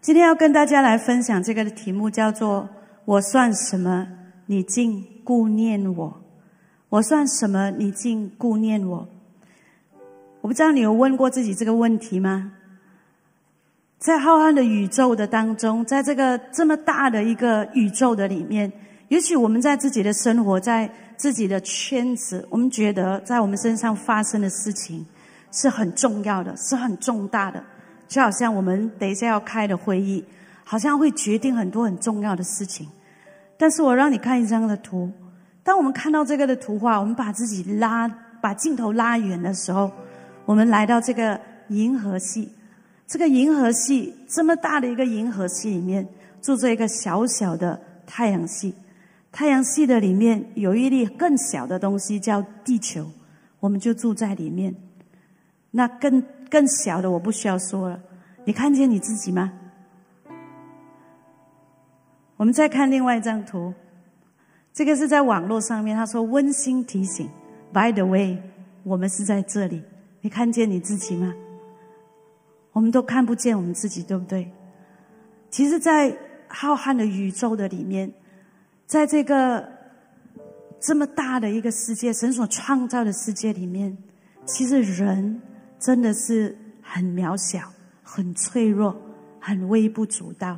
今天要跟大家来分享这个的题目叫做我算什么你竟顾念我，我算什么你竟顾念我。我不知道你有问过自己这个问题吗？在浩瀚的宇宙的当中，在这个这么大的一个宇宙的里面，也许我们在自己的生活，在自己的圈子，我们觉得在我们身上发生的事情是很重要的，是很重大的，就好像我们等一下要开的会议，好像会决定很多很重要的事情。但是我让你看一张的图，当我们看到这个的图画，我们把自己把镜头拉远的时候，我们来到这个银河系。这个银河系这么大的一个银河系里面，住着一个小小的太阳系。太阳系的里面有一粒更小的东西叫地球，我们就住在里面。那更小的我不需要说了，你看见你自己吗？我们再看另外一张图，这个是在网络上面，他说温馨提醒 By the way， 我们是在这里，你看见你自己吗？我们都看不见我们自己，对不对？其实在浩瀚的宇宙的里面，在这个这么大的一个世界，神所创造的世界里面，其实人真的是很渺小，很脆弱，很微不足道。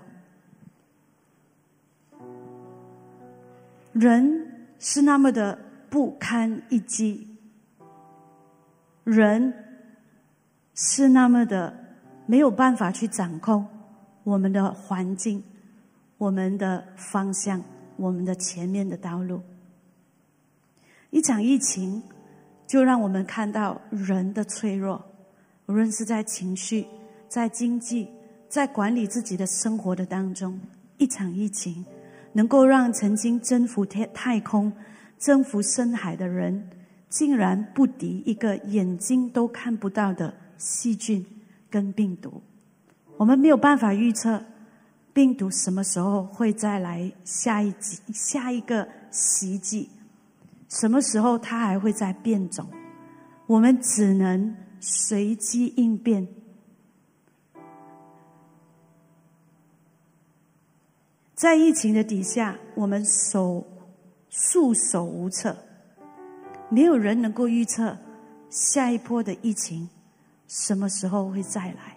人是那么的不堪一击，人是那么的没有办法去掌控我们的环境，我们的方向，我们的前面的道路。一场疫情就让我们看到人的脆弱，无论是在情绪，在经济，在管理自己的生活的当中，一场疫情能够让曾经征服太空、征服深海的人，竟然不敌一个眼睛都看不到的细菌跟病毒。我们没有办法预测病毒什么时候会再来下一个袭击，什么时候它还会再变种，我们只能随机应变。在疫情的底下，我们束手无策，没有人能够预测下一波的疫情什么时候会再来。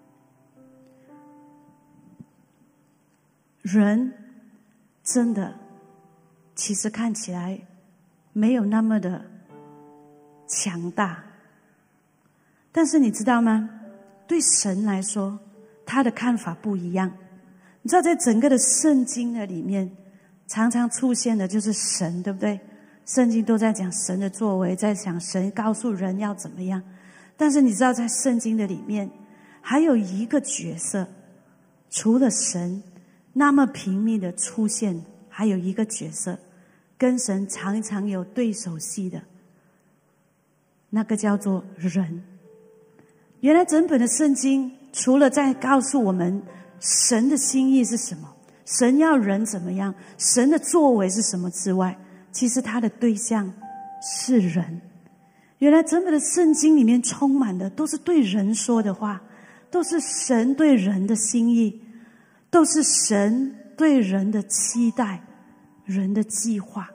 人真的其实看起来没有那么的强大，但是你知道吗？对神来说，他的看法不一样。你知道在整个的圣经的里面常常出现的就是神，对不对？圣经都在讲神的作为，在讲神告诉人要怎么样。但是你知道在圣经的里面还有一个角色，除了神那么频密的出现，还有一个角色跟神常常有对手戏的，那个叫做人。原来整本的圣经除了在告诉我们神的心意是什么，神要人怎么样，神的作为是什么之外，其实他的对象是人。原来整本的圣经里面充满的都是对人说的话，都是神对人的心意，都是神对人的期待，人的计划。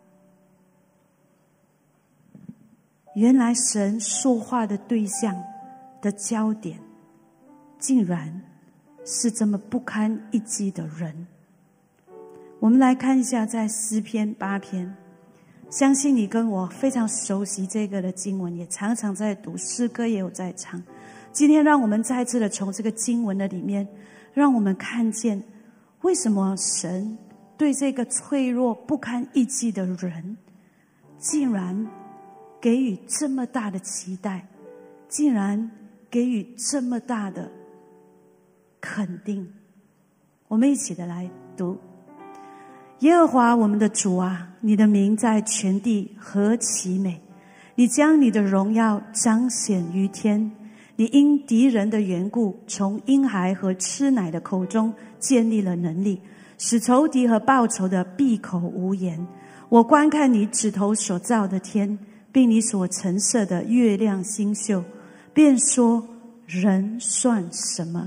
原来神说话的对象的焦点竟然是这么不堪一击的人。我们来看一下在诗篇8篇，相信你跟我非常熟悉这个的经文，也常常在读，诗歌也有在唱。今天让我们再次的从这个经文的里面，让我们看见为什么神对这个脆弱不堪一击的人竟然给予这么大的期待，竟然给予这么大的肯定。我们一起的来读：耶和华我们的主啊，你的名在全地何其美！你将你的荣耀彰显于天，你因敌人的缘故，从婴孩和吃奶的口中建立了能力，使仇敌和报仇的闭口无言。我观看你指头所造的天，并你所陈设的月亮星宿，便说：人算什么，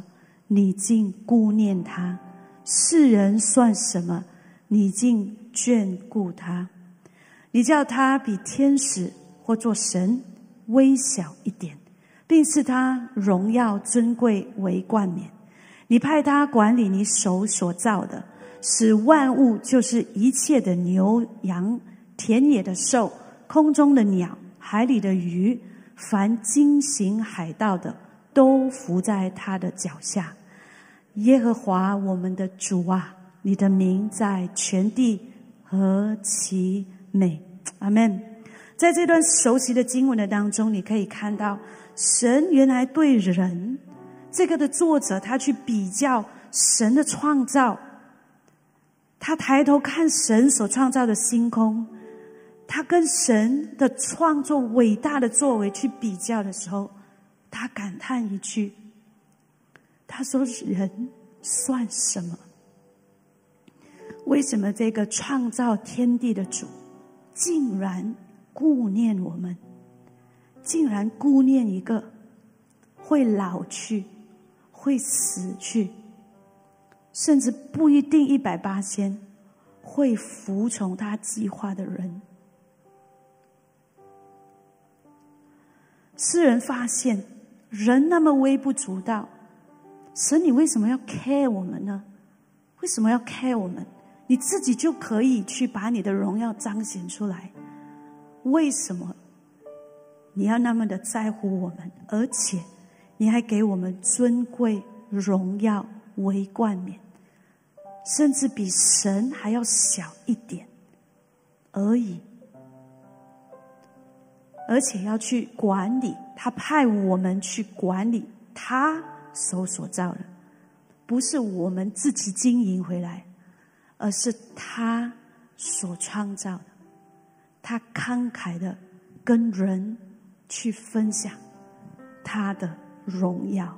你竟顾念他；世人算什么，你竟眷顾他。你叫他比天使或做神微小一点，并赐他荣耀尊贵为冠冕。你派他管理你手所造的，使万物，就是一切的牛羊、田野的兽、空中的鸟、海里的鱼，凡经行海道的，都伏在他的脚下。耶和华我们的主啊，你的名在全地何其美。阿们。在这段熟悉的经文的当中，你可以看到神原来对人这个的作者，他去比较神的创造，他抬头看神所创造的星空，他跟神的创作伟大的作为去比较的时候，他感叹一句，他说人算什么？为什么这个创造天地的主竟然顾念我们，竟然顾念一个会老去、会死去，甚至不一定180%会服从他计划的人？诗人发现人那么微不足道，神你为什么要 care 我们呢？为什么要 care 我们？你自己就可以去把你的荣耀彰显出来，为什么你要那么的在乎我们？而且你还给我们尊贵荣耀为冠冕，甚至比神还要小一点而已，而且要去管理，他派我们去管理他手所造的，不是我们自己经营回来，而是他所创造的。他慷慨的跟人去分享他的荣耀。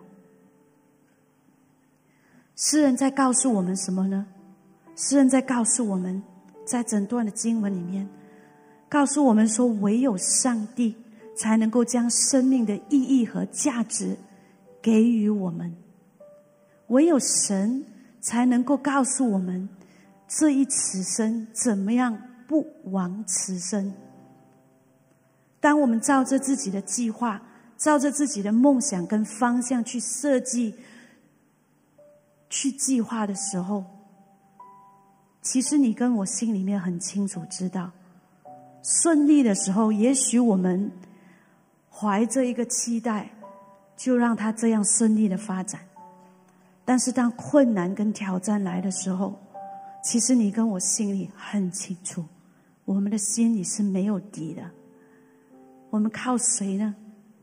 诗人在告诉我们什么呢？诗人在告诉我们，在整段的经文里面告诉我们说，唯有上帝才能够将生命的意义和价值给予我们，唯有神才能够告诉我们这一此生怎么样不枉此生。当我们照着自己的计划，照着自己的梦想跟方向去设计、去计划的时候，其实你跟我心里面很清楚知道，顺利的时候，也许我们怀着一个期待，就让它这样顺利的发展。但是当困难跟挑战来的时候，其实你跟我心里很清楚，我们的心里是没有底的。我们靠谁呢？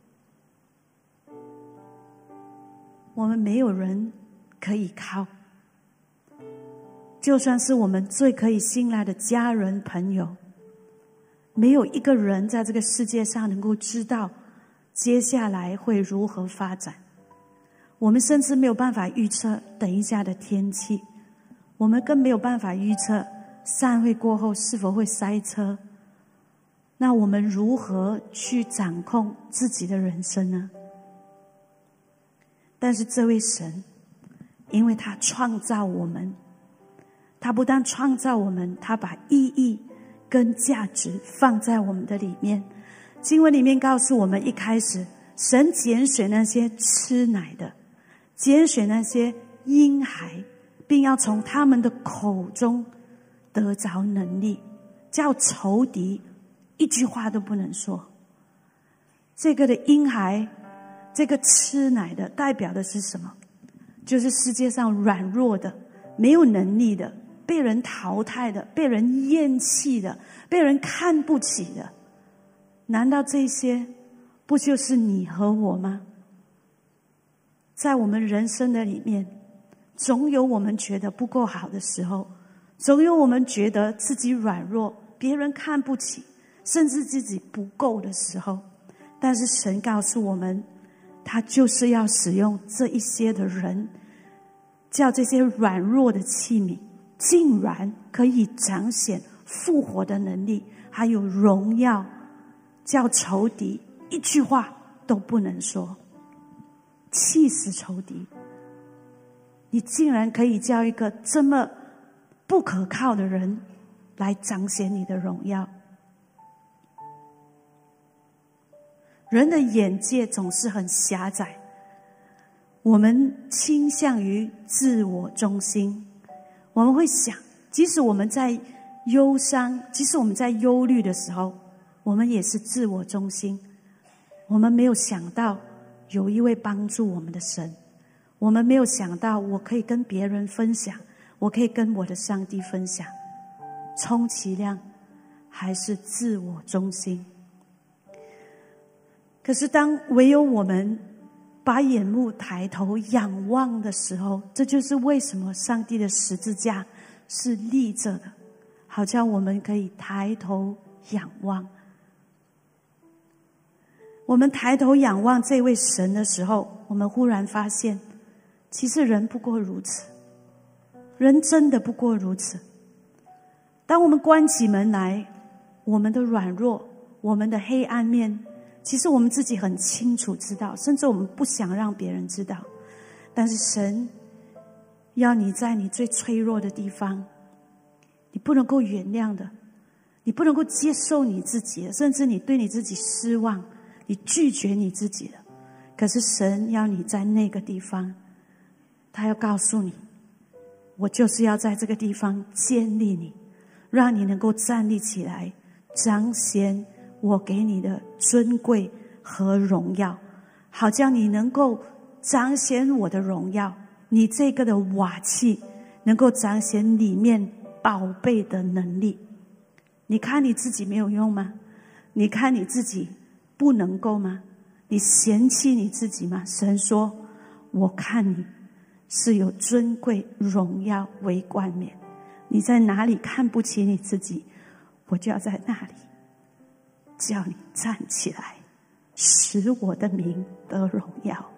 我们没有人可以靠，就算是我们最可以信赖的家人朋友，没有一个人在这个世界上能够知道接下来会如何发展。我们甚至没有办法预测等一下的天气，我们更没有办法预测散会过后是否会塞车。那我们如何去掌控自己的人生呢？但是这位神，因为他创造我们，他不但创造我们，他把意义跟价值放在我们的里面。经文里面告诉我们，一开始神拣选那些吃奶的，拣选那些婴孩，并要从他们的口中得着能力，叫仇敌一句话都不能说。这个的婴孩，这个吃奶的代表的是什么？就是世界上软弱的、没有能力的、被人淘汰的、被人厌弃的、被人看不起的。难道这些不就是你和我吗？在我们人生的里面，总有我们觉得不够好的时候，总有我们觉得自己软弱，别人看不起，甚至自己不够的时候。但是神告诉我们，他就是要使用这一些的人，叫这些软弱的器皿竟然可以彰显复活的能力，还有荣耀，叫仇敌一句话都不能说，气死仇敌。 你竟然可以叫一个这么不可靠的人来彰显你的荣耀。人的眼界总是很狭窄，我们倾向于自我中心。我们会想，即使我们在忧伤，即使我们在忧虑的时候，我们也是自我中心。我们没有想到有一位帮助我们的神，我们没有想到我可以跟别人分享，我可以跟我的上帝分享，充其量还是自我中心。可是当唯有我们把眼目抬头仰望的时候，这就是为什么上帝的十字架是立着的，好叫我们可以抬头仰望。我们抬头仰望这位神的时候，我们忽然发现，其实人不过如此，人真的不过如此。当我们关起门来，我们的软弱，我们的黑暗面，其实我们自己很清楚知道，甚至我们不想让别人知道。但是神要你在你最脆弱的地方，你不能够原谅的，你不能够接受你自己的，甚至你对你自己失望，你拒绝你自己的。可是神要你在那个地方，他要告诉你，我就是要在这个地方建立你，让你能够站立起来，彰显我给你的尊贵和荣耀，好叫你能够彰显我的荣耀，你这个的瓦器能够彰显里面宝贝的能力。你看你自己没有用吗？你看你自己不能够吗？你嫌弃你自己吗？神说，我看你是有尊贵荣耀为冠冕，你在哪里看不起你自己，我就要在那里叫你站起来，使我的名得荣耀。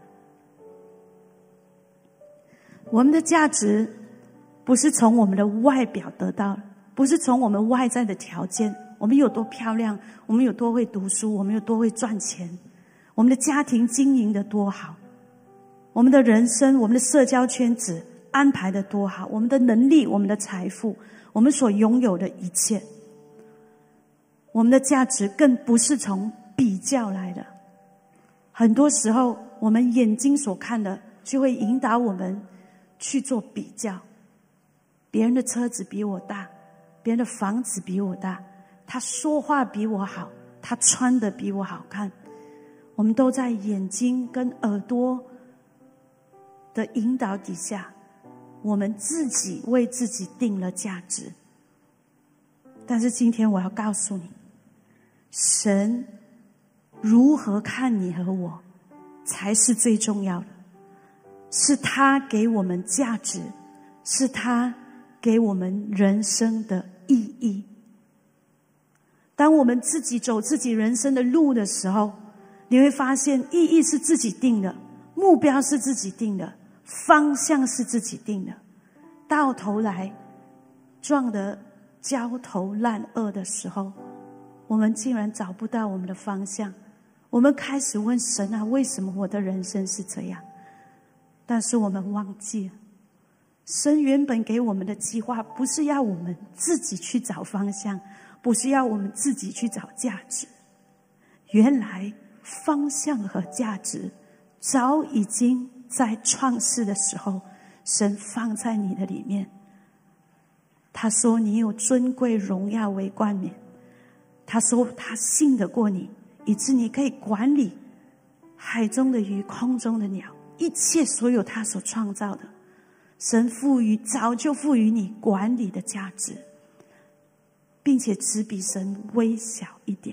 我们的价值不是从我们的外表得到的，不是从我们外在的条件，我们有多漂亮，我们有多会读书，我们有多会赚钱，我们的家庭经营的多好，我们的人生，我们的社交圈子安排的多好，我们的能力，我们的财富，我们所拥有的一切。我们的价值更不是从比较来的。很多时候我们眼睛所看的就会引导我们去做比较，别人的车子比我大，别人的房子比我大，他说话比我好，他穿的比我好看。我们都在眼睛跟耳朵的引导底下，我们自己为自己定了价值。但是今天我要告诉你，神如何看你和我才是最重要的，是他给我们价值，是他给我们人生的意义。当我们自己走自己人生的路的时候，你会发现意义是自己定的，目标是自己定的，方向是自己定的。到头来撞得焦头烂额的时候，我们竟然找不到我们的方向。我们开始问神啊，为什么我的人生是这样？但是我们忘记了，神原本给我们的计划不是要我们自己去找方向，不是要我们自己去找价值。原来方向和价值早已经在创世的时候，神放在你的里面。他说你有尊贵荣耀为冠冕，他说他信得过你，以致你可以管理海中的鱼，空中的鸟，一切所有他所创造的，神早就赋予你管理的价值，并且只比神微小一点。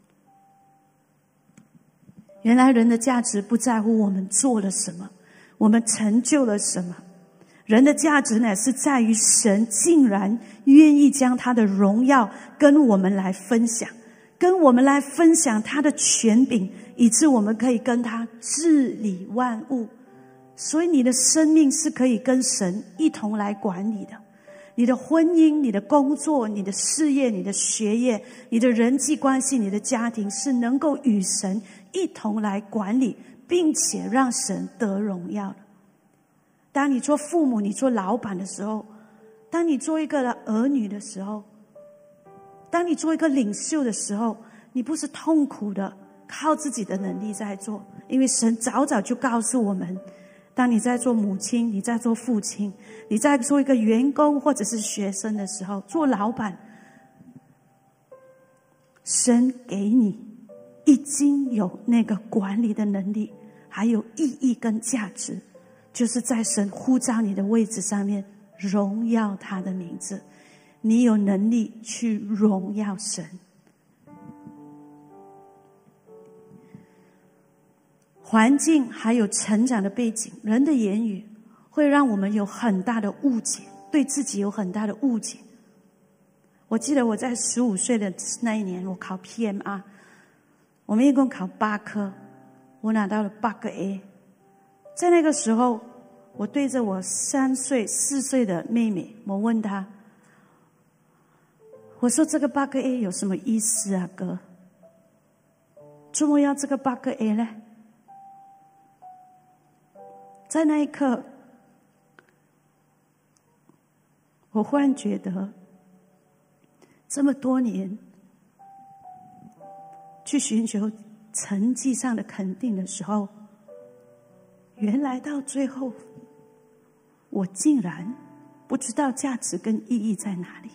原来人的价值不在乎我们做了什么，我们成就了什么，人的价值乃是在于神竟然愿意将他的荣耀跟我们来分享，跟我们来分享他的权柄，以致我们可以跟他治理万物。所以你的生命是可以跟神一同来管理的，你的婚姻，你的工作，你的事业，你的学业，你的人际关系，你的家庭是能够与神一同来管理，并且让神得荣耀的。 当你做父母，你做老板的时候，当你做一个儿女的时候，当你做一个领袖的时候，你不是痛苦的靠自己的能力在做，因为神早早就告诉我们，当你在做母亲，你在做父亲，你在做一个员工或者是学生的时候，做老板，神给你已经有那个管理的能力，还有意义跟价值，就是在神呼召你的位置上面荣耀他的名字，你有能力去荣耀神。环境还有成长的背景，人的言语会让我们有很大的误解，对自己有很大的误解。我记得我在15岁的那一年，我考 PMR， 我们一共考8科，我拿到了8个 A。 在那个时候，我对着我3岁4岁的妹妹，我问她，我说这个8个 A 有什么意思啊哥？怎么要这个8个 A 呢？在那一刻，我忽然觉得，这么多年去寻求成绩上的肯定的时候，原来到最后，我竟然不知道价值跟意义在哪里。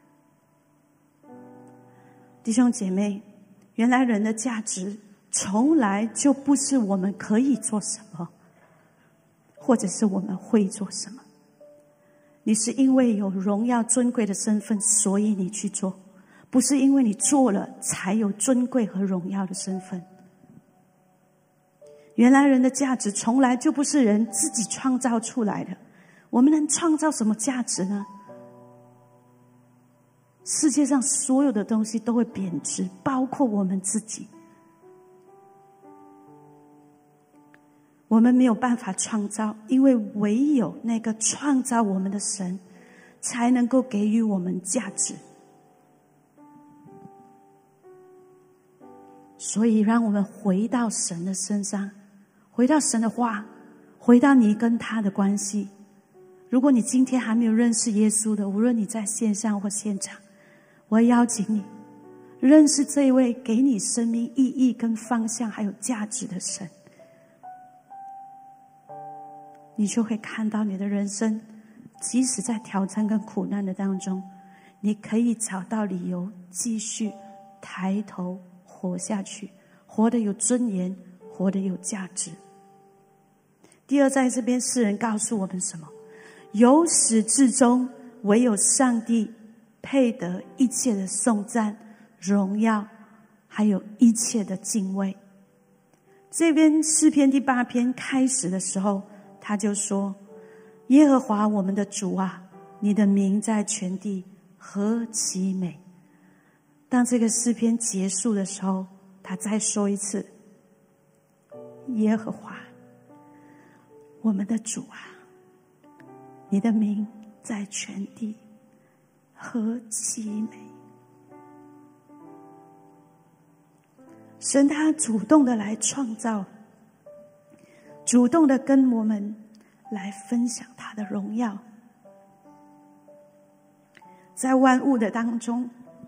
弟兄姐妹，原来人的价值从来就不是我们可以做什么，或者是我们会做什么。你是因为有荣耀尊贵的身份，所以你去做，不是因为你做了才有尊贵和荣耀的身份。原来人的价值从来就不是人自己创造出来的，我们能创造什么价值呢？世界上所有的东西都会贬值，包括我们自己。我们没有办法创造，因为唯有那个创造我们的神才能够给予我们价值。所以让我们回到神的身上，回到神的话，回到你跟他的关系。如果你今天还没有认识耶稣的，无论你在线上或现场，我要邀请你认识这一位给你生命意义跟方向还有价值的神，你就会看到你的人生，即使在挑战跟苦难的当中，你可以找到理由继续抬头活下去，活得有尊严，活得有价值。第二，在这边诗人告诉我们什么？由始至终，唯有上帝配得一切的颂赞、荣耀，还有一切的敬畏。这边诗篇第8篇开始的时候，他就说，耶和华我们的主啊，你的名在全地何其美。当这个诗篇结束的时候，他再说一次，耶和华我们的主啊，你的名在全地何其美。神他主动的来创造，主动的跟我们来分享他的荣耀。在万物的当中，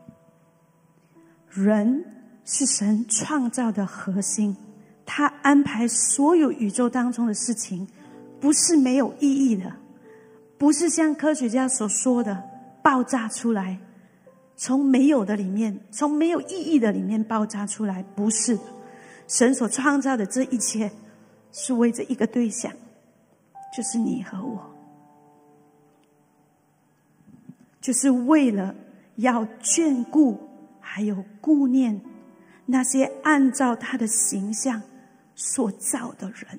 人是神创造的核心，他安排所有宇宙当中的事情不是没有意义的，不是像科学家所说的爆炸出来，从没有的里面，从没有意义的里面爆炸出来，不是的。神所创造的这一切是为着一个对象，就是你和我，就是为了要眷顾还有顾念那些按照他的形象所造的人。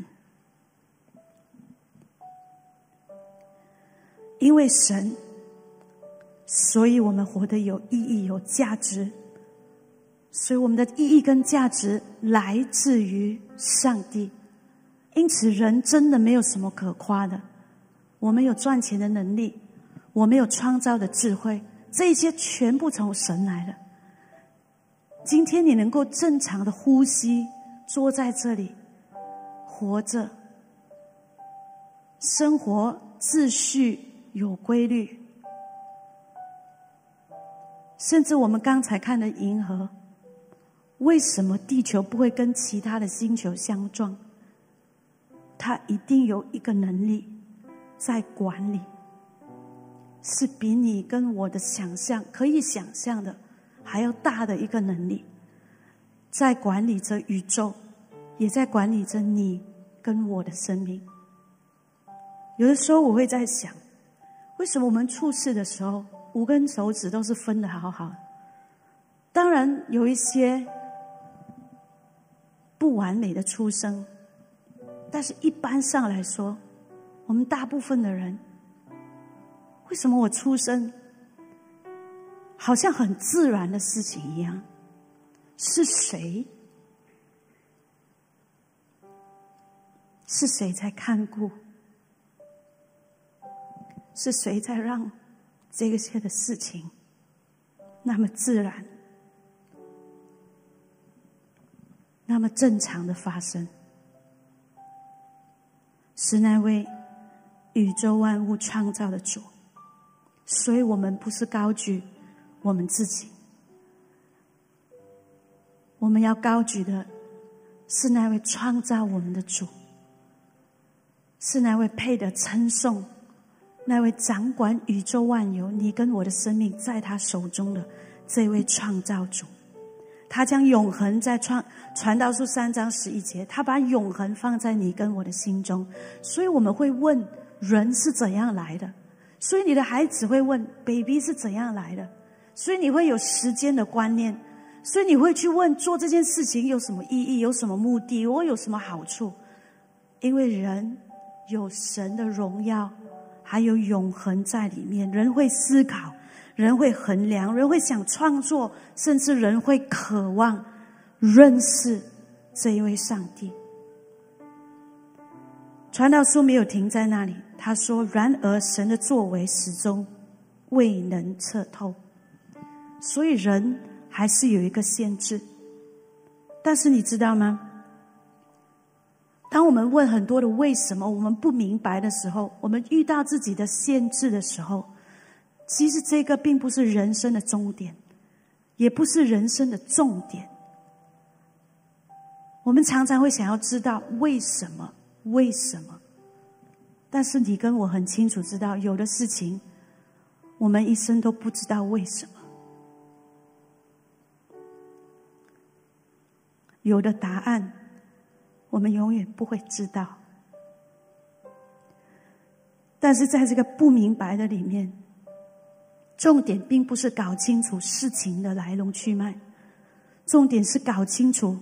因为神，所以我们活得有意义有价值，所以我们的意义跟价值来自于上帝。因此人真的没有什么可夸的，我们有赚钱的能力，我们有创造的智慧，这些全部从神来的。今天你能够正常的呼吸，坐在这里活着， 生活秩序有规律，甚至我们刚才看的银河，为什么地球不会跟其他的星球相撞？它一定有一个能力在管理，是比你跟我的想象可以想象的还要大的一个能力，在管理着宇宙，也在管理着你跟我的生命。有的时候我会在想，为什么我们处事的时候5根手指都是分得好好的？当然有一些不完美的出生，但是一般上来说，我们大部分的人，为什么我出生好像很自然的事情一样？是谁在看顾？是谁在让这些的事情那么自然，那么正常的发生？是那位宇宙万物创造的主。所以我们不是高举我们自己，我们要高举的是那位创造我们的主，是那位配得称颂，那位掌管宇宙万有，你跟我的生命在他手中的这位创造主。他将永恒在传道书3章11节，他把永恒放在你跟我的心中。所以我们会问，人是怎样来的？所以你的孩子会问 baby 是怎样来的？所以你会有时间的观念，所以你会去问做这件事情有什么意义，有什么目的，我有什么好处？因为人有神的荣耀还有永恒在里面，人会思考，人会衡量，人会想创作，甚至人会渴望认识这一位上帝。传道书没有停在那里，他说，然而神的作为始终未能测透，所以人还是有一个限制。但是你知道吗？当我们问很多的为什么，我们不明白的时候，我们遇到自己的限制的时候，其实这个并不是人生的终点，也不是人生的重点。我们常常会想要知道为什么，但是你跟我很清楚知道，有的事情我们一生都不知道为什么，有的答案我们永远不会知道。但是在这个不明白的里面，重点并不是搞清楚事情的来龙去脉，重点是搞清楚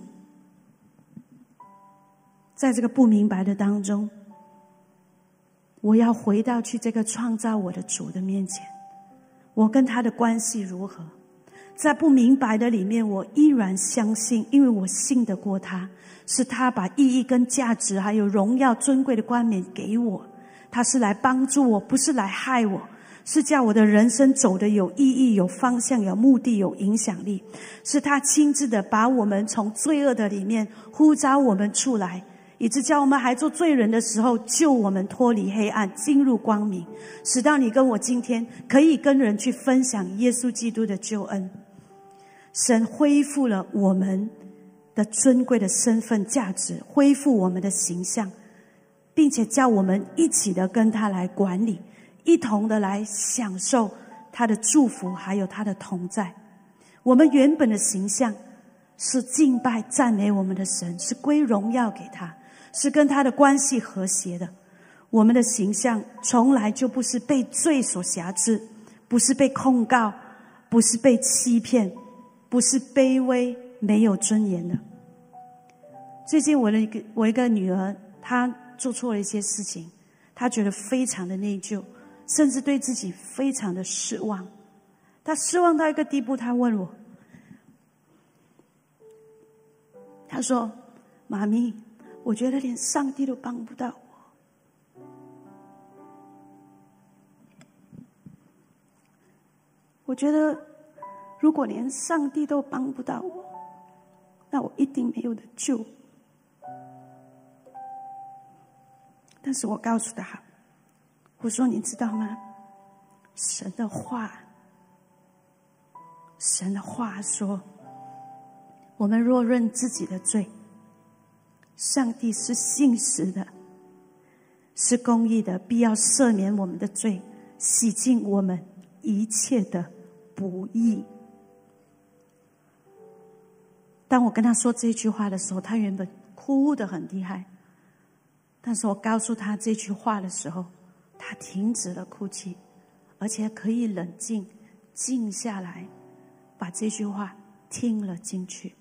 在这个不明白的当中，我要回到去这个创造我的主的面前，我跟他的关系如何？在不明白的里面，我依然相信，因为我信得过他，是他把意义跟价值还有荣耀尊贵的冠冕给我，他是来帮助我，不是来害我，是叫我的人生走得有意义、有方向、有目的、有影响力，是他亲自的把我们从罪恶的里面呼召我们出来，以致叫我们还做罪人的时候救我们脱离黑暗进入光明，使到你跟我今天可以跟人去分享耶稣基督的救恩。神恢复了我们的尊贵的身份价值，恢复我们的形象，并且叫我们一起的跟他来管理，一同的来享受他的祝福还有他的同在。我们原本的形象是敬拜赞美我们的神，是归荣耀给他，是跟他的关系和谐的。我们的形象从来就不是被罪所辖制，不是被控告，不是被欺骗，不是卑微没有尊严的。最近我一个女儿，她做错了一些事情，她觉得非常的内疚，甚至对自己非常的失望。她失望到一个地步，她问我，她说，妈咪，我觉得连上帝都帮不到我。我觉得如果连上帝都帮不到我，那我一定没有得救。但是我告诉他， 我说你知道吗？神的话说，我们若认自己的罪，上帝是信实的，是公义的，必要赦免我们的罪，洗净我们一切的不义。当我跟他说这句话的时候，他原本哭得很厉害，但是我告诉他这句话的时候，他停止了哭泣，而且可以冷静静下来，把这句话听了进去，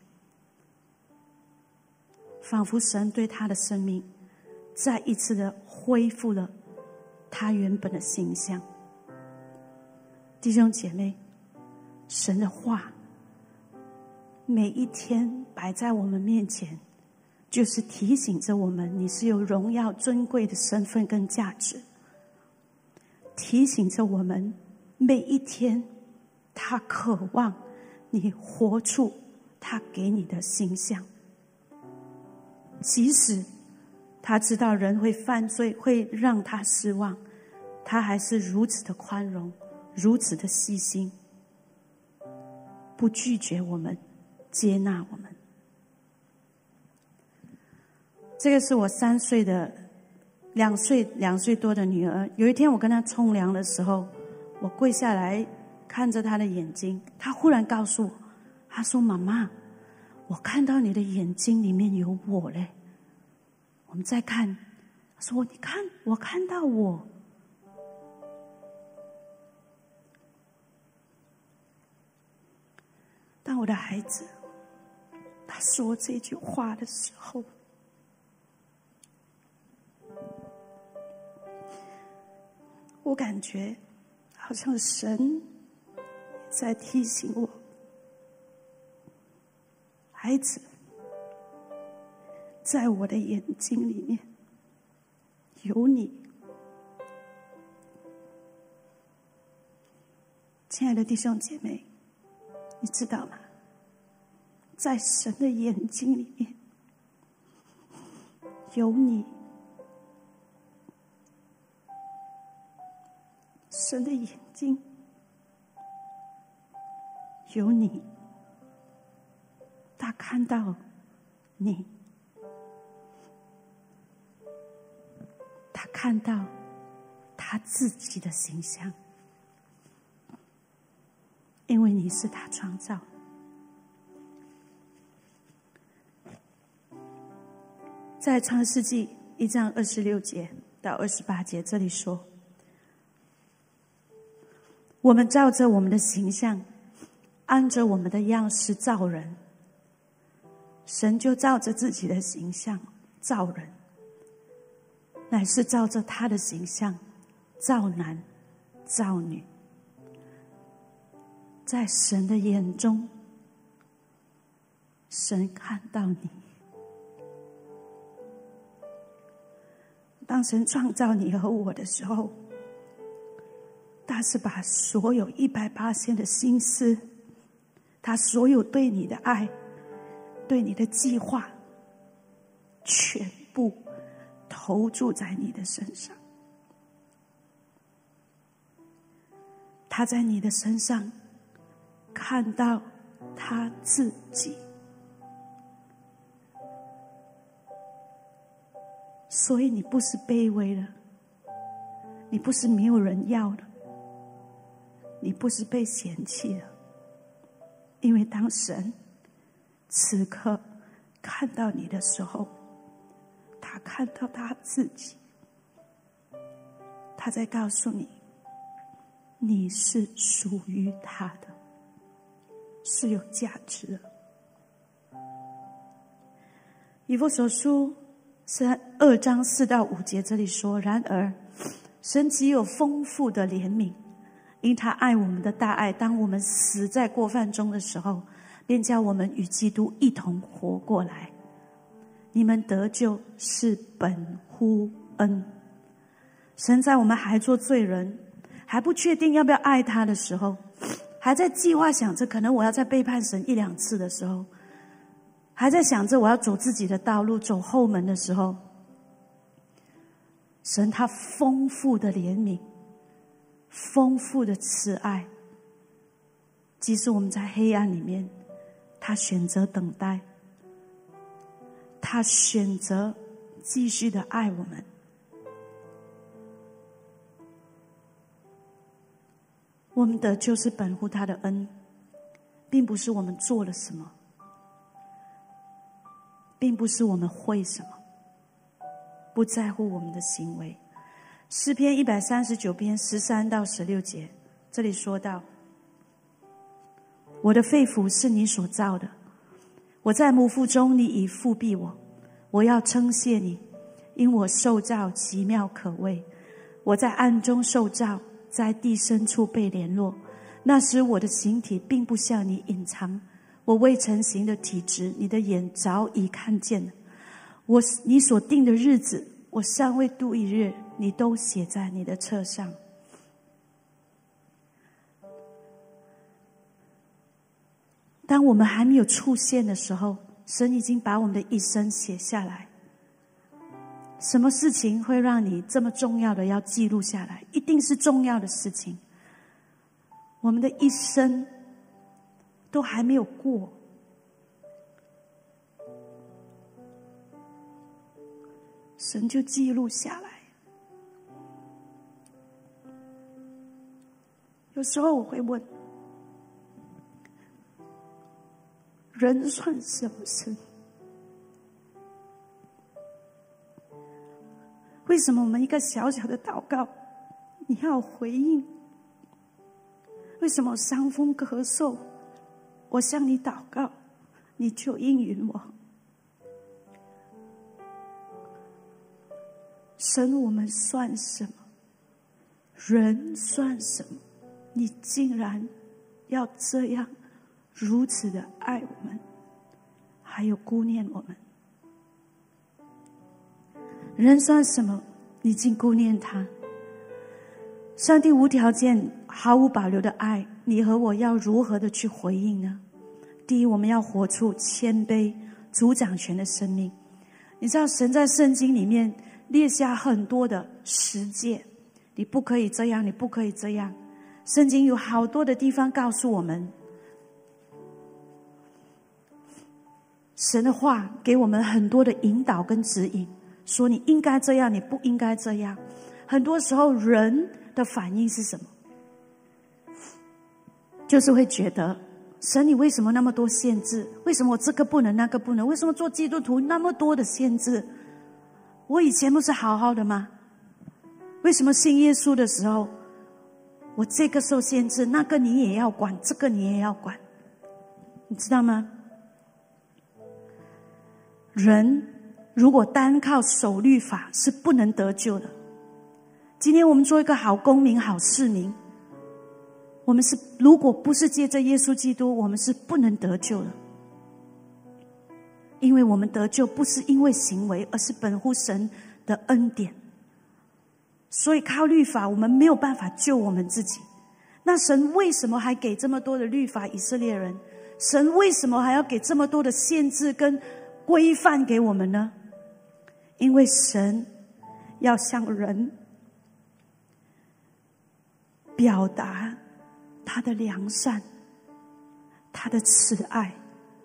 仿佛神对他的生命再一次的恢复了他原本的形象。弟兄姐妹，神的话每一天摆在我们面前，就是提醒着我们，你是有荣耀尊贵的身份跟价值，提醒着我们每一天他渴望你活出他给你的形象。即使他知道人会犯罪，会让他失望，他还是如此的宽容，如此的细心，不拒绝我们，接纳我们。这个是我2岁多的女儿。有一天我跟她冲凉的时候，我跪下来看着她的眼睛，她忽然告诉我，她说：“妈妈，我看到你的眼睛里面有我嘞。”我们再看，她说：“你看，我看到我。”当我的孩子他说这句话的时候，我感觉好像神在提醒我，孩子，在我的眼睛里面有你。亲爱的弟兄姐妹，你知道吗？在神的眼睛里面有你，神的眼睛有你，他看到你，他看到他自己的形象，因为你是他创造。在创世纪1章26节到28节，这里说：我们照着我们的形象，按着我们的样式造人。神就照着自己的形象造人，乃是照着他的形象造男造女。在神的眼中，神看到你。当神创造你和我的时候，他是把所有180%的心思，他所有对你的爱，对你的计划，全部投注在你的身上。他在你的身上看到他自己，所以你不是卑微的，你不是没有人要的，你不是被嫌弃的。因为当神此刻看到你的时候，他看到他自己，他在告诉你，你是属于他的，是有价值的。以弗所书2章4到5节这里说：然而神极有丰富的怜悯，因他爱我们的大爱，当我们死在过犯中的时候，便叫我们与基督一同活过来。你们得救是本乎恩。神在我们还做罪人，还不确定要不要爱他的时候，还在计划想着可能我要再背叛神1-2次的时候，还在想着我要走自己的道路，走后门的时候， 神他丰富的怜悯，丰富的慈爱，即使我们在黑暗里面，他选择等待，他选择继续的爱我们。我们的就是本乎他的恩，并不是我们做了什么，并不是我们会什么，不在乎我们的行为。诗篇139篇13到16节，这里说到：我的肺腑是你所造的，我在母腹中，你已覆庇我。我要称谢你，因我受造奇妙可畏。我在暗中受造，在地深处被联络。那时我的形体并不向你隐藏，我未成形的体质，你的眼早已看见了。你所定的日子，我尚未度一日，你都写在你的册上。当我们还没有出现的时候，神已经把我们的一生写下来。什么事情会让你这么重要的要记录下来？一定是重要的事情。我们的一生都还没有过，神就记录下来。有时候我会问，人算什么神？为什么我们一个小小的祷告你要回应？为什么我伤风咳嗽，我向你祷告你就应允我？神，我们算什么？人算什么？你竟然要这样如此的爱我们，还有顾念我们。人算什么？你竟顾念他。上帝无条件毫无保留的爱你和我，要如何的去回应呢？第一，我们要活出谦卑主掌权的生命。你知道神在圣经里面列下很多的十诫，你不可以这样，你不可以这样。圣经有好多的地方告诉我们，神的话给我们很多的引导跟指引，说你应该这样，你不应该这样。很多时候人的反应是什么？就是会觉得神，你为什么那么多限制？为什么我这个不能那个不能？为什么做基督徒那么多的限制？我以前不是好好的吗？为什么信耶稣的时候我这个受限制，那个你也要管，这个你也要管？你知道吗？人如果单靠守律法是不能得救的。今天我们做一个好公民好市民，我们是如果不是借着耶稣基督，我们是不能得救的。因为我们得救不是因为行为，而是本乎神的恩典。所以靠律法我们没有办法救我们自己。那神为什么还给这么多的律法以色列人？神为什么还要给这么多的限制跟规范给我们呢？因为神要向人表达他的良善，他的慈爱。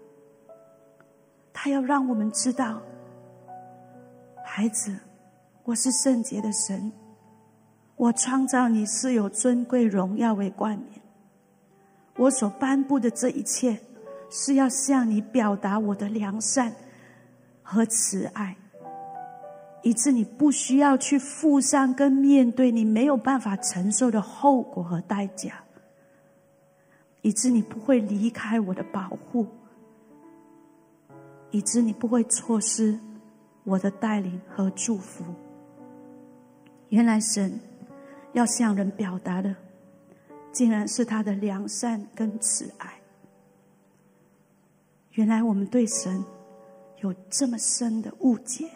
他要让我们知道，孩子，我是圣洁的神，我创造你是有尊贵荣耀为冠冕。我所颁布的这一切是要向你表达我的良善和慈爱，以致你不需要去付上跟面对你没有办法承受的后果和代价，以致你不会离开我的保护，以致你不会错失我的带领和祝福。原来神要向人表达的竟然是他的良善跟慈爱。原来我们对神有这么深的误解。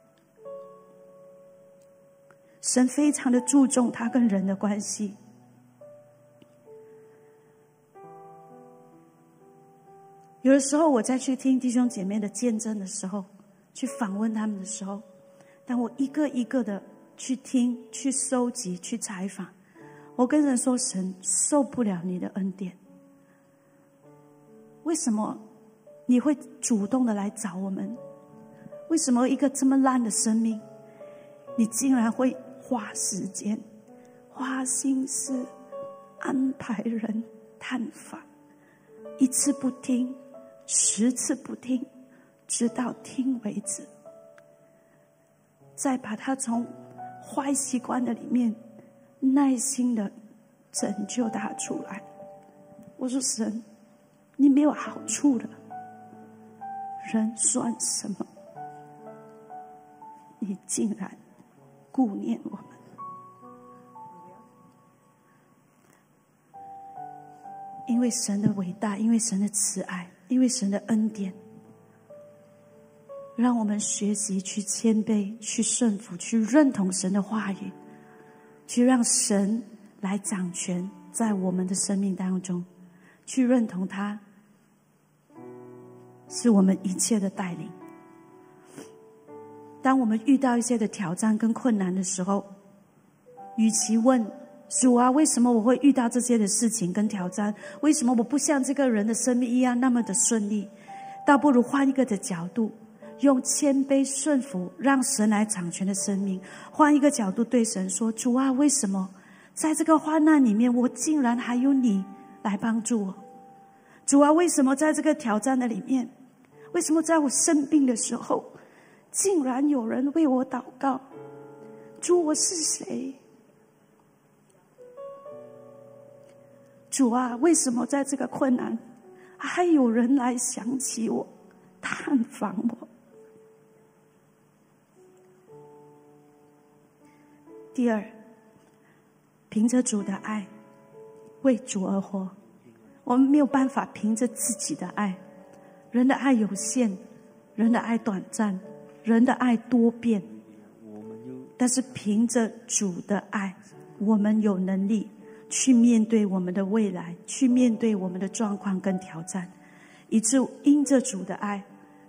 神非常的注重他跟人的关系。有的时候我在去听弟兄姐妹的见证的时候，去访问他们的时候，当我一个一个的去听、去收集、去采访。我跟神说，神受不了你的恩典。为什么你会主动的来找我们？为什么一个这么烂的生命，你竟然会花时间、花心思安排人探访？1次不听，10次不听，直到听为止，再把他从坏习惯的里面耐心的拯救他出来。我说神，你没有好处了，人算什么？你竟然顾念我们。因为神的伟大，因为神的慈爱，因为神的恩典，让我们学习去谦卑，去顺服，去认同神的话语，去让神来掌权在我们的生命当中，去认同他是我们一切的带领。当我们遇到一些的挑战跟困难的时候，与其问主啊，为什么我会遇到这些的事情跟挑战？为什么我不像这个人的生命一样那么的顺利？倒不如换一个的角度，用谦卑顺服让神来掌权的生命。换一个角度对神说，主啊，为什么在这个患难里面我竟然还有你来帮助我？主啊，为什么在这个挑战的里面，为什么在我生病的时候竟然有人为我祷告？主，我是谁？主啊，为什么在这个困难还有人来想起我，探访我？第二，凭着主的爱为主而活。我们没有办法凭着自己的爱，人的爱有限，人的爱短暂，人的爱多变，但是凭着主的爱，我们有能力去面对我们的未来，去面对我们的状况跟挑战，以致因着主的爱，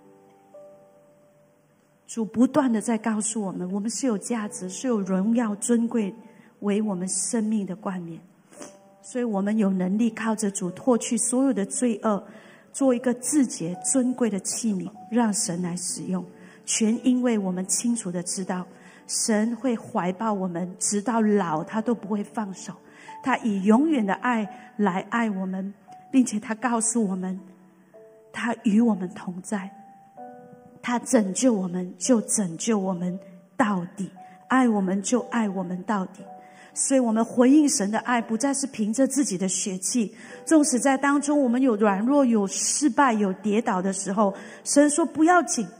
主不断的在告诉我们，我们是有价值，是有荣耀尊贵为我们生命的冠冕。所以我们有能力靠着主脱去所有的罪恶，做一个自洁尊贵的器皿，让神来使用。全因为我们清楚的知道，神会怀抱我们直到老，他都不会放手。他以永远的爱来爱我们，并且他告诉我们，他与我们同在，他拯救我们就拯救我们到底，爱我们就爱我们到底。所以我们回应神的爱，不再是凭着自己的血气，纵使在当中我们有软弱，有失败，有跌倒的时候，神说不要紧，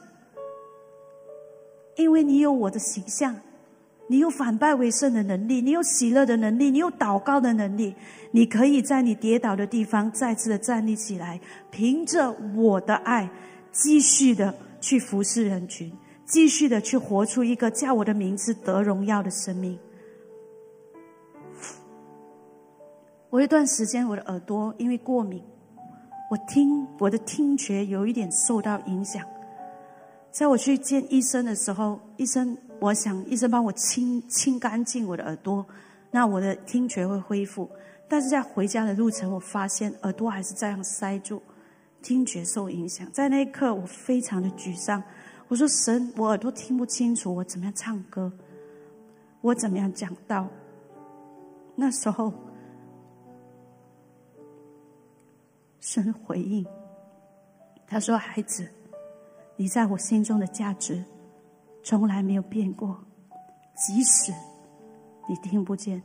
因为你有我的形象，你有反败为胜的能力，你有喜乐的能力，你有祷告的能力，你可以在你跌倒的地方再次的站立起来，凭着我的爱继续的去服侍人群，继续的去活出一个叫我的名字得荣耀的生命。我有一段时间我的耳朵因为过敏，我的听觉有一点受到影响。在我去见医生的时候，我想医生帮我清干净我的耳朵，那我的听觉会恢复。但是在回家的路程，我发现耳朵还是这样塞住，听觉受影响。在那一刻我非常的沮丧，我说神，我耳朵听不清楚，我怎么样唱歌，我怎么样讲道。那时候神回应，他说，孩子，你在我心中的价值从来没有变过，即使你听不见。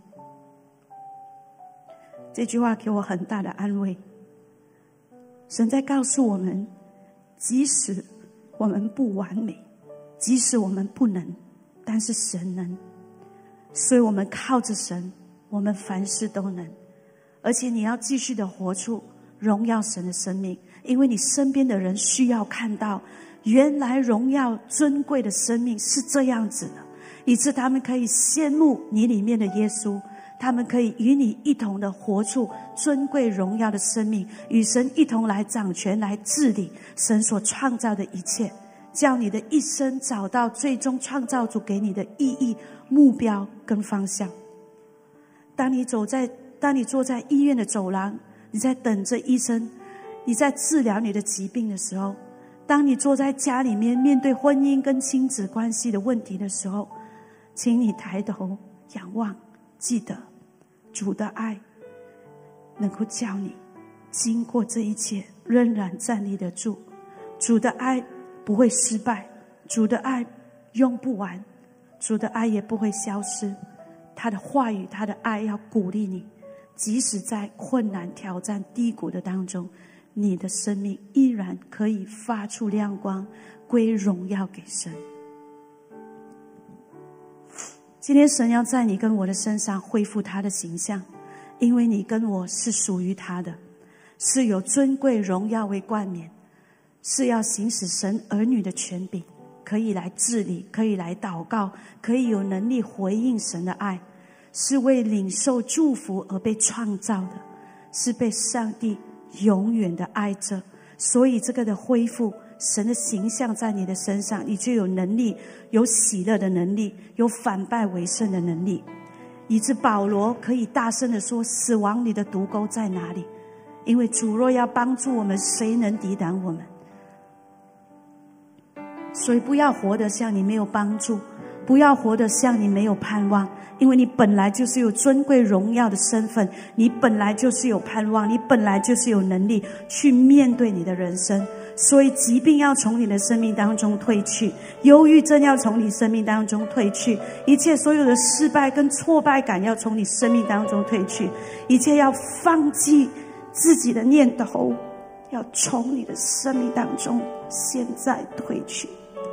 这句话给我很大的安慰。神在告诉我们，即使我们不完美，即使我们不能，但是神能。所以我们靠着神，我们凡事都能。而且你要继续的活出荣耀神的生命，因为你身边的人需要看到，原来荣耀尊贵的生命是这样子的，以致他们可以羡慕你里面的耶稣，他们可以与你一同的活出尊贵荣耀的生命，与神一同来掌权，来治理神所创造的一切， 叫你的一生找到最终创造主给你的意义、目标跟方向。当你坐在医院的走廊，你在等着医生，你在治疗你的疾病的时候，当你坐在家里面面对婚姻跟亲子关系的问题的时候，请你抬头仰望，记得主的爱能够叫你经过这一切仍然站立得住。主的爱不会失败，主的爱用不完，主的爱也不会消失。他的话语，他的爱要鼓励你，即使在困难、挑战、低谷的当中，你的生命依然可以发出亮光，归荣耀给神。今天神要在你跟我的身上恢复他的形象，因为你跟我是属于他的，是有尊贵荣耀为冠冕，是要行使神儿女的权柄，可以来治理，可以来祷告，可以有能力回应神的爱，是为领受祝福而被创造的，是被上帝永远的爱着。所以这个的恢复，神的形象在你的身上，你就有能力，有喜乐的能力，有反败为胜的能力，以致保罗可以大声地说，死亡里的毒钩在哪里？因为主若要帮助我们，谁能抵挡我们？所以不要活得像你没有帮助，不要活得像你没有盼望，因为你本来就是有尊贵荣耀的身份，你本来就是有盼望，你本来就是有能力去面对你的人生。所以疾病要从你的生命当中退去，忧郁症要从你生命当中退去，一切所有的失败跟挫败感要从你生命当中退去，一切要放弃自己的念头，要从你的生命当中现在退去。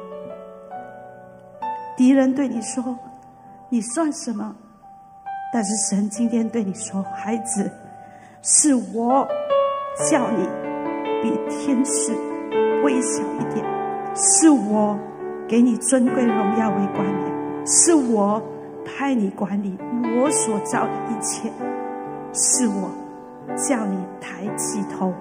敌人对你说你算什么，但是神今天对你说，孩子，是我叫你比天使微小一点，是我给你尊贵荣耀为冠冕，是我派你管理我所造的一切，是我叫你抬起头。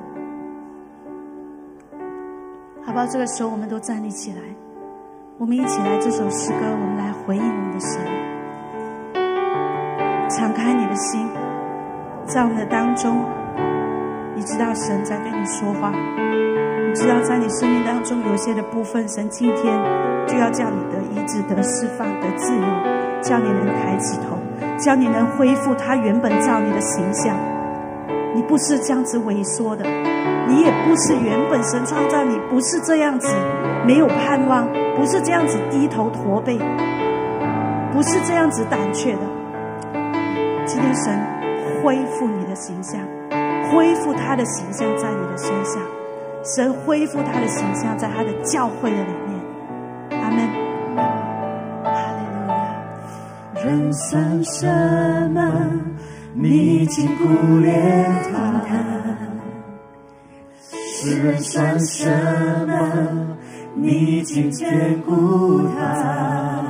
好不好？这个时候我们都站立起来，我们一起来这首诗歌，我们来回应我们的神。敞开你的心，在我们的当中，你知道神在跟你说话，你知道在你生命当中有些的部分，神今天就要叫你得医治、得释放、得自由，叫你能抬起头，叫你能恢复他原本造你的形象。你不是这样子萎缩的，你也不是原本神创造你不是这样子没有盼望，不是这样子低头驼背，不是这样子胆怯的。今天神恢复你的形象，恢复他的形象在你的身上，神恢复他的形象在他的教会的里面。阿们。哈利路亚。 人算什么？你竟顾怜他；世人算什么？你竟眷顾他。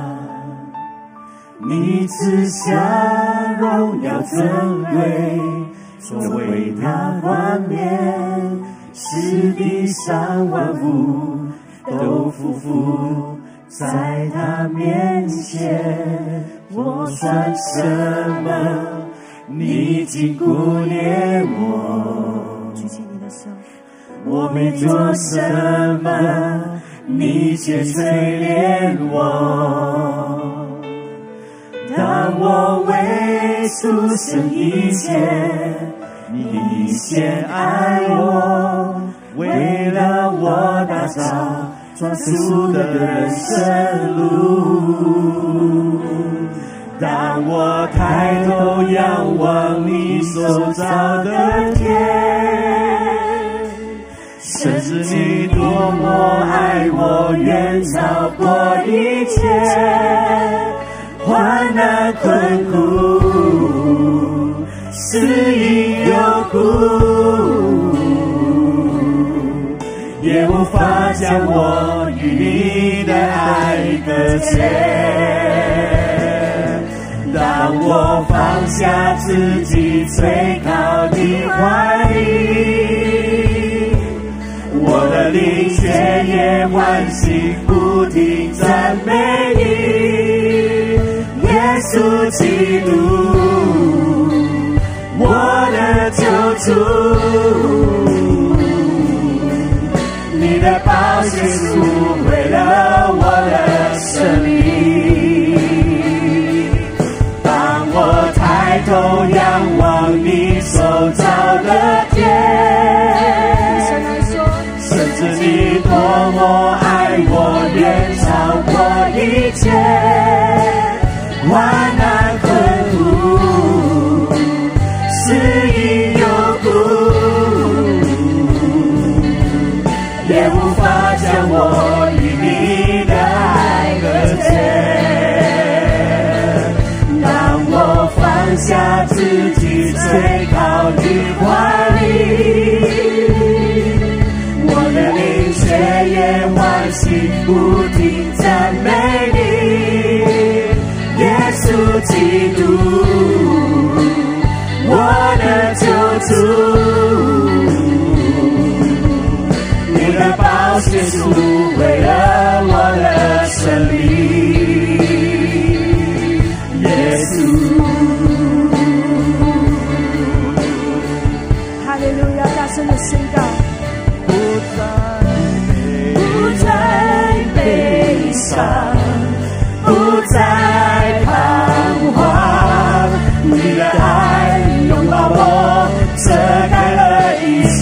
你赐下荣耀尊贵，作为他冠冕，使地上万物都匍匐在他面前。我算什么？你竟顾念我。 举起你的手。 我没做什么，你却垂怜我。当我为出生以前，你先爱我，为了我打造专属的人生路。当我抬头仰望你所造的天，深知你多么爱我，远超过一切患难困苦，是因有苦，也无法将我与你的爱隔绝。当我放下自己，垂靠你怀里，我的灵却也欢喜基督，我的救主，你的宝血赎回了我的生命。当我抬头仰望你所造的天，甚至你多么爱我，远超过一切患难困苦，失意有苦，也无法将我与你的爱隔绝。当我放下自己，垂靠你怀里，我的灵雀跃欢喜，不停赞美你，耶稣基督，我的救主，你的宝血赎回了我的生命，耶稣。 哈利路亚！大声的宣告。 不再彷徨，你的爱拥抱我，遮盖了一切。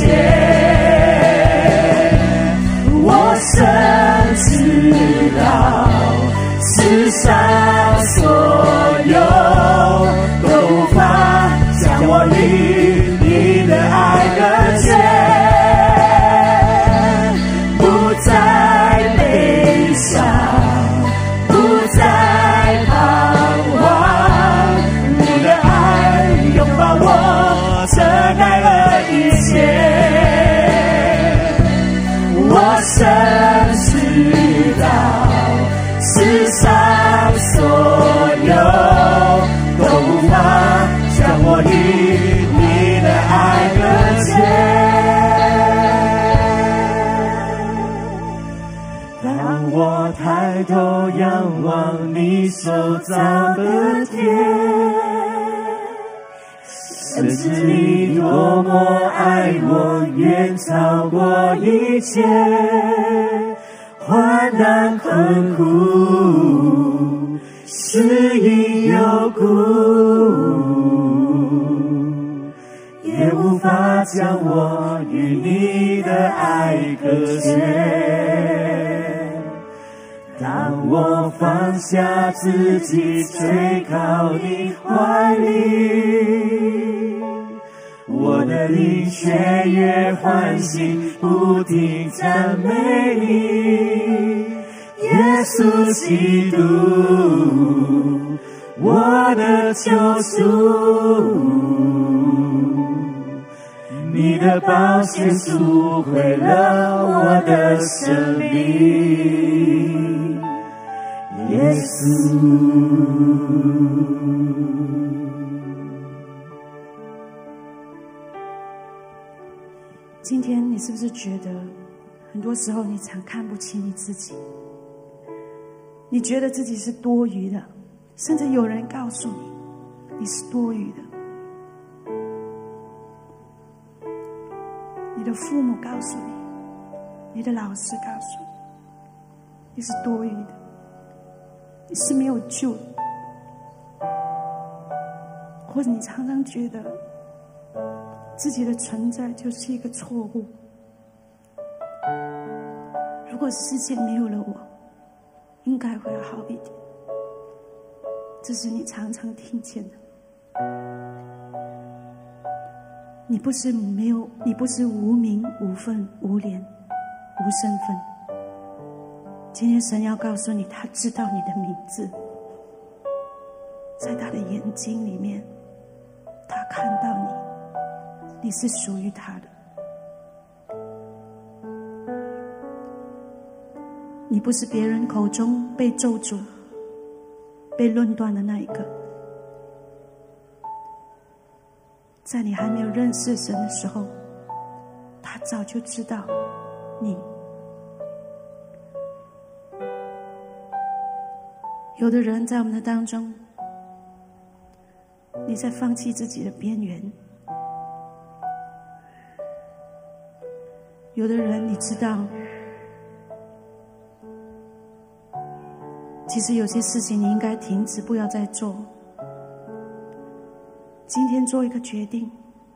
我深知道，世上所有都无法将我与你的爱隔绝。不再悲伤，不再彷徨，你的爱拥抱我，遮盖了一切。我深知道，世上所有都无法将我与你的爱隔绝。当我抬头仰望你所造的天，深知你多么爱我，远超过一切患难困苦，失意有苦，也无法将我与你的爱隔绝。当我放下自己，垂靠你怀里，我的灵雀跃欢喜，不停赞美你，耶稣基督，我的救主，你的宝血赎回了我的生命，耶稣。 今天你是不是觉得很多时候你常看不起你自己，你觉得自己是多余的，甚至有人告诉你你是多余的，你的父母告诉你，你的老师告诉你你是多余的，你是没有救的，或者你常常觉得自己的存在就是一个错误。如果世界没有了我，应该会好一点。这是你常常听见的。你不是无名无分无脸无身份。今天神要告诉你，他知道你的名字，在他的眼睛里面，他看到你，你是属于他的。你不是别人口中被咒诅、被论断的那一个。在你还没有认识神的时候，他早就知道你。有的人在我们的当中， 你在放弃自己的边缘。有的人你知道，其实有些事情你应该停止，不要再做。今天做一个决定，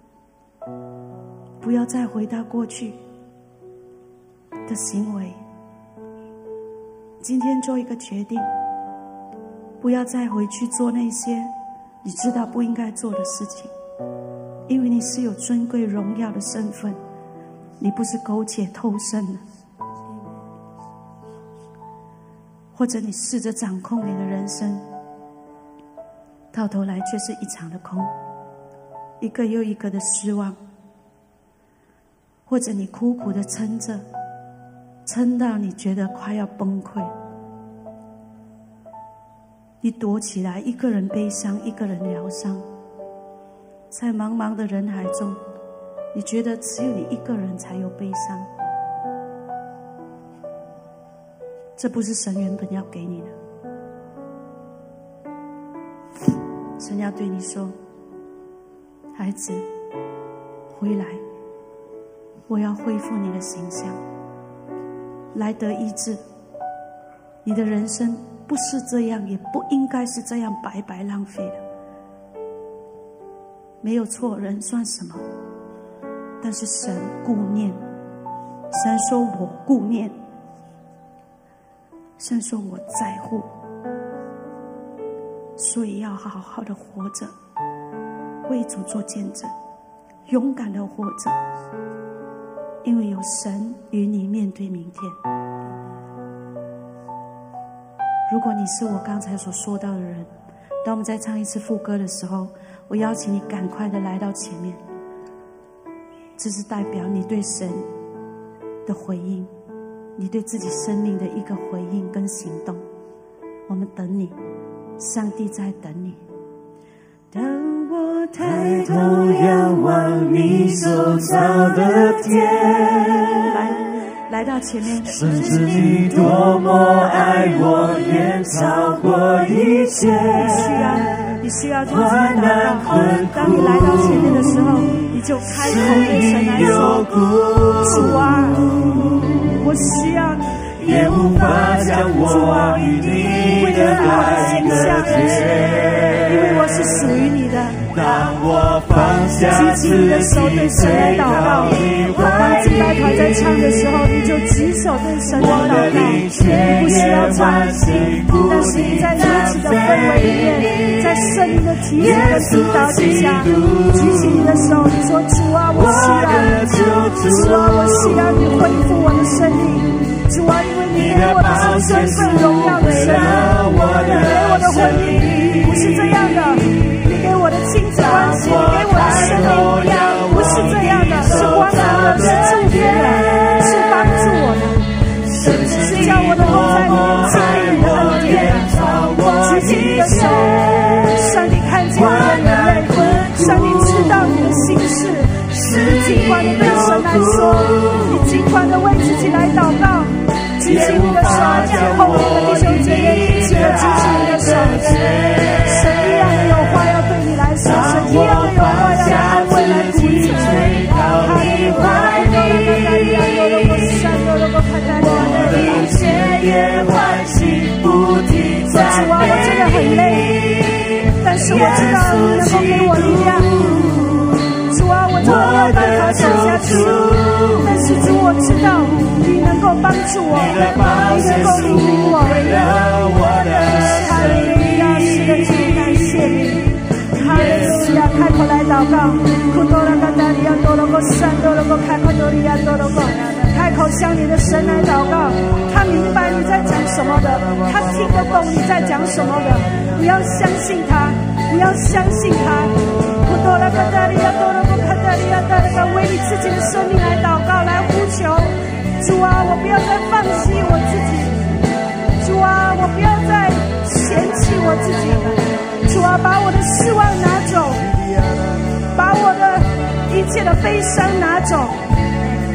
不要再回到过去的行为。今天做一个决定，不要再回去做那些你知道不应该做的事情，因为你是有尊贵荣耀的身份，你不是苟且偷生的。或者你试着掌控你的人生，到头来却是一场的空，一个又一个的失望。或者你苦苦的撑着，撑到你觉得快要崩溃，你躲起来，一个人悲伤，一个人疗伤。在茫茫的人海中，你觉得只有你一个人才有悲伤。这不是神原本要给你的。神要对你说，孩子，回来，我要恢复你的形象，来得医治。你的人生不是这样，也不应该是这样白白浪费的。没有错，人算什么？但是神顾念，神说我顾念，神说我在乎，所以要好好的活着，为主做见证，勇敢的活着，因为有神与你面对明天。如果你是我刚才所说到的人，当我们再唱一次副歌的时候，我邀请你赶快的来到前面，这是代表你对神的回应，你对自己生命的一个回应跟行动。我们等你，上帝在等你。当我抬头仰望你所造的天，来到前面， 深知你多么爱我，远超过一切。 你需要听神祷告。当你来到前面的时候，你就开口对神来说：主啊，我需要你， 也无法将我与你的爱隔绝， 因为我是属于你的。 当我放下举起你的手对神来祷告。当敬拜团在唱的时候，你就举手对神来祷告。你不需要唱，但是你在如此的氛围里面，在圣灵的提醒跟引导之下，举起你的手，你说：主啊，我需要你，主啊，我需要你恢复我的生命。主啊，因为你给我的是尊贵荣耀的生命，你给我的婚姻不是这样的，你给我的亲子关系，你给我的生命不是这样的，是光荣的，是祝福的，是帮助我的，是叫我能够在你经历你的恩典。举起你的手，上帝看见你的眼泪，上帝知道你的心事，你尽管的对神来说，你尽管的为自己来祷告。举起你的手，后面的弟兄姐妹一起的举起你的手。神一样的有话要对你来说，神一样的有话要来安慰来鼓励你。哈利路亚， 我的一切也欢喜不停赞美。 主啊，我真的很累，但是我知道你能够给我力量。主啊，我真的没有办法走下去，但是主，我知道你能够帮助我，你能够引领我。哈利路亚，是的，主，感谢你。哈利路亚，开口来祷告。开口向你的神来祷告，他明白你在讲什么的，他听得懂你在讲什么的。你要相信他，你要相信他。为你自己的生命来祷告，来呼求。主啊，我不要再放弃我自己，主啊，我不要再嫌弃我自己，主啊，把我的失望拿走，把我的一切的悲伤拿走。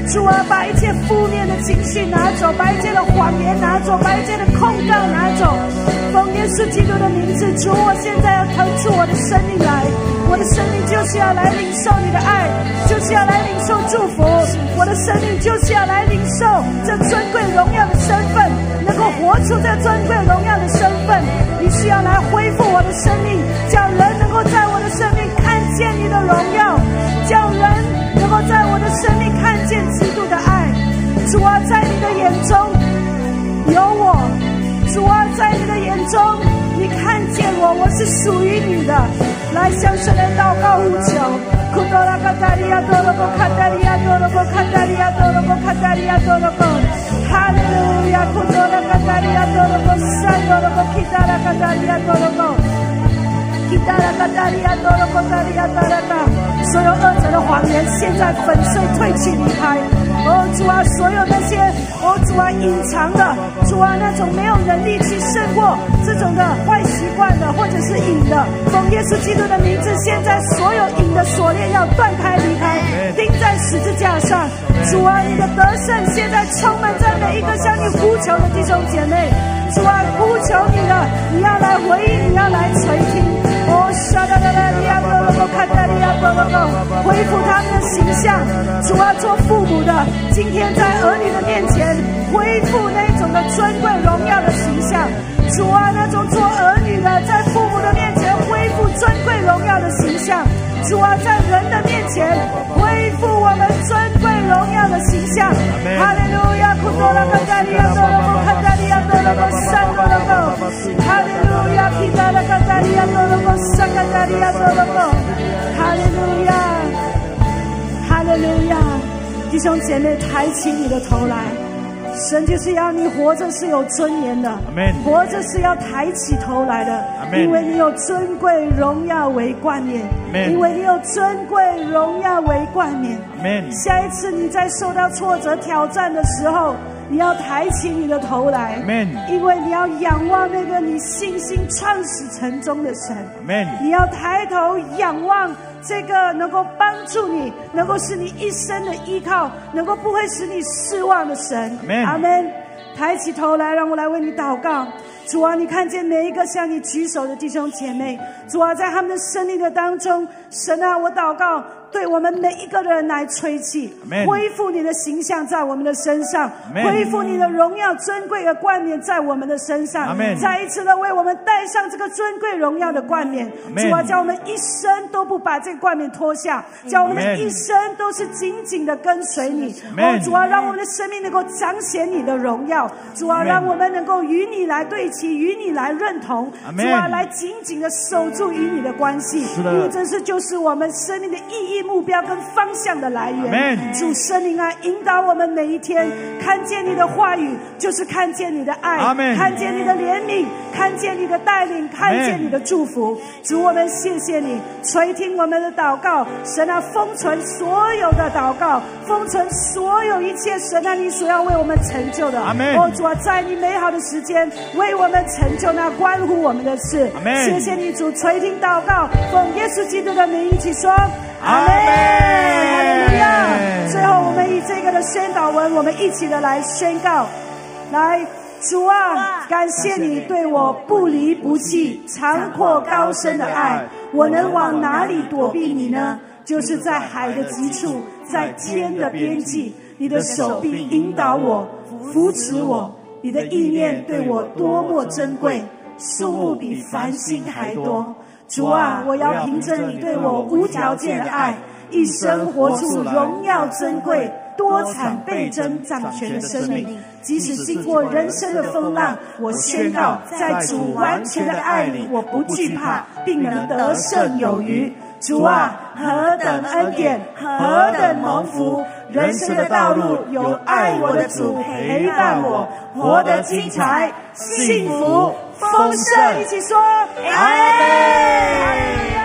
主啊，把一切负面的情绪拿走，把一切的谎言拿走，把一切的控告拿走。奉耶稣基督的名字，主，我现在要腾出我的生命来，我的生命就是要来领受你的爱，就是要来领受祝福。我的生命就是要来领受这尊贵荣耀的身份，能够活出这尊贵荣耀的身份。你需要来恢复我的生命，叫人能够在我的生命看见你的荣耀，叫人能够在我的生命看见基督的爱。主啊，在你的眼中有我，主啊，在你的眼中你看见我，我是属于你的。来向神来祷告呼求。库多拉卡达利亚多罗波卡达利亚多罗波卡达利亚多罗波卡达利亚多罗波，哈利路亚！库多拉卡达利亚多罗波山多罗波基达拉卡达利亚多罗波，基达拉卡达利亚多罗波达利亚达拉达。所有恶者的谎言现在粉碎退去离开。哦，主啊，所有那些主啊隐藏的，主啊那种没有能力去胜过这种的坏习惯的，或者是瘾的，奉耶稣基督的名字，现在所有瘾的锁链要断开离开，钉在十字架上。主啊，你的得胜现在充满在每一个向你呼求的弟兄姐妹。主啊，呼求你的，你要来回应，你要来垂听。哦，沙达达达利亚多罗波卡达利亚多罗波，恢复他们的形象。主啊，做父母的，今天在儿女的面前恢复那种的尊贵荣耀的形象。主啊，那种做儿女的在父母的面前恢复尊贵荣耀的形象。主啊，在人的面前恢复我们尊贵荣耀的形象。哈利路亚！库多拉卡达利亚多罗波卡达利亚多罗波山多罗波，哈利路亚！基达拉卡达利亚多罗波山卡达利亚多罗波，哈利路亚！哈利路亚！弟兄姐妹，抬起你的头来。神就是要你活着是有尊严的，活着是要抬起头来的，因为你有尊贵荣耀为冠冕，因为你有尊贵荣耀为冠冕。下一次你在受到挫折挑战的时候，你要抬起你的头来，因为你要仰望那个你信心创始成终的神，你要抬头仰望这个能够帮助你，能够使你一生的依靠，能够不会使你失望的神。阿们。抬起头来，让我来为你祷告。主啊，你看见每一个向你举手的弟兄姐妹，主啊，在他们的生命的当中，神啊，我祷告对我们每一个人来吹气，恢复你的形象在我们的身上，恢复你的荣耀尊贵的冠冕在我们的身上，再一次的为我们戴上这个尊贵荣耀的冠冕。主啊，叫我们一生都不把这个冠冕脱下，叫我们的一生都是紧紧的跟随你。哦，主啊，让我们的生命能够彰显你的荣耀。主啊，让我们能够与你来对齐，与你来认同。主啊，来紧紧的守住与你的关系，因为这是就是我们生命的意义、目标跟方向的来源。主圣灵啊，引导我们每一天看见你的话语，就是看见你的爱，看见你的怜悯，看见你的带领，看见你的祝福。主，我们谢谢你垂听我们的祷告。神啊，封存所有的祷告，封存所有一切神啊你所要为我们成就的。哦，主啊，在你美好的时间为我们成就那关乎我们的事。谢谢你主，垂听祷告，奉耶稣基督的名一起说阿们。哈利路亚。最后我们以这个的宣导文，我们一起的来宣告。来，主啊，感谢你对我不离不弃、长阔高深的爱，我能往哪里躲避你呢？就是在海的极处，在天的边际，你的手臂引导我，扶持我，你的意念对我多么珍贵，数目比繁星还多。主啊，我要凭着你对我无条件的爱，一生活出荣耀珍贵、多产倍增掌权的生命。即使经过人生的风浪，我宣告在主完全的爱里，我不惧怕，并能得胜有余。主啊，何等恩典，何等蒙福！人生的道路有爱我的主陪伴我，活得精彩、幸福、丰盛。一起说阿们。